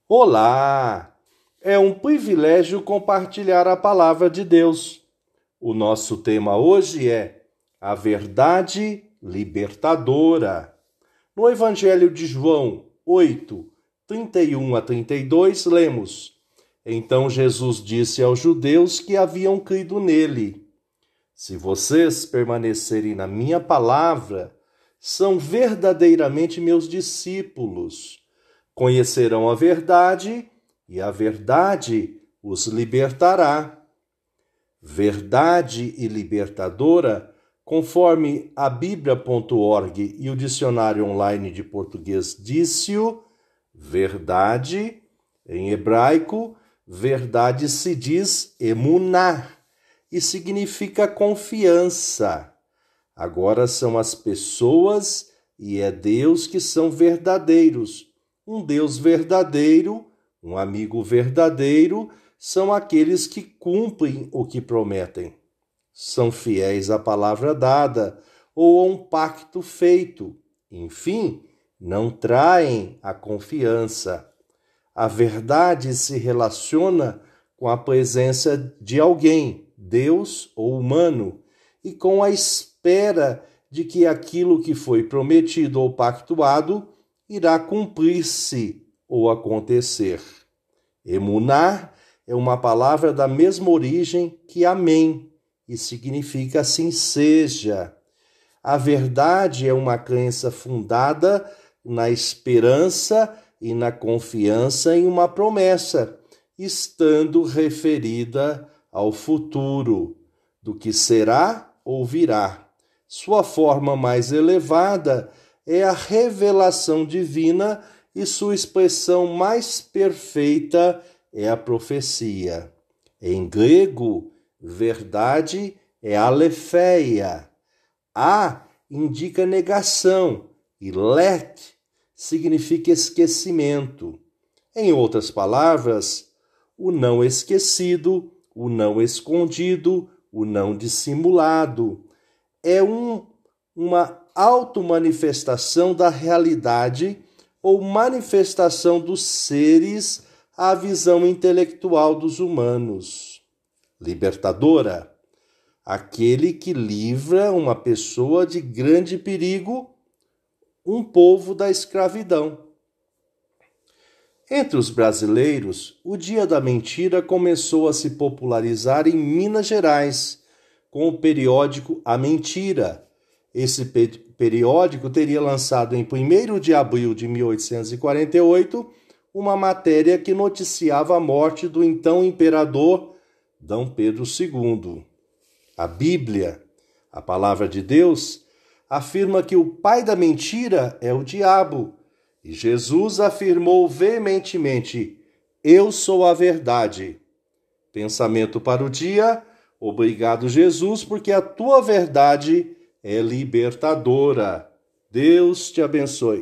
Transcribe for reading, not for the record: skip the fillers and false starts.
Olá! É um privilégio compartilhar a palavra de Deus. O nosso tema hoje é a verdade libertadora. No Evangelho de João 8, 31 a 32, lemos: Então Jesus disse aos judeus que haviam crido nele: Se vocês permanecerem na minha palavra, são verdadeiramente meus discípulos. Conhecerão a verdade e a verdade os libertará. Verdade e libertadora, conforme a Bíblia.org e o Dicionário Online de Português disse-o, verdade, em hebraico, verdade se diz emuná e significa confiança. Agora são as pessoas e é Deus que são verdadeiros. Um Deus verdadeiro, um amigo verdadeiro, são aqueles que cumprem o que prometem. São fiéis à palavra dada ou a um pacto feito. Enfim, não traem a confiança. A verdade se relaciona com a presença de alguém, Deus ou humano, e com a espera de que aquilo que foi prometido ou pactuado irá cumprir-se ou acontecer. Emuná é uma palavra da mesma origem que amém e significa assim seja. A verdade é uma crença fundada na esperança e na confiança em uma promessa, estando referida ao futuro, do que será ou virá. Sua forma mais elevada é a revelação divina e sua expressão mais perfeita é a profecia. Em grego, verdade é aletheia. A indica negação e let significa esquecimento. Em outras palavras, o não esquecido, o não escondido, o não dissimulado. É uma automanifestação da realidade ou manifestação dos seres à visão intelectual dos humanos. Libertadora, aquele que livra uma pessoa de grande perigo, um povo da escravidão. Entre os brasileiros, o Dia da Mentira começou a se popularizar em Minas Gerais, com o periódico A Mentira. Esse periódico teria lançado em 1º de abril de 1848 uma matéria que noticiava a morte do então imperador D. Pedro II. A Bíblia, a palavra de Deus, afirma que o pai da mentira é o diabo, e Jesus afirmou veementemente: Eu sou a verdade. Pensamento para o dia: obrigado, Jesus, porque a tua verdade é libertadora. Deus te abençoe.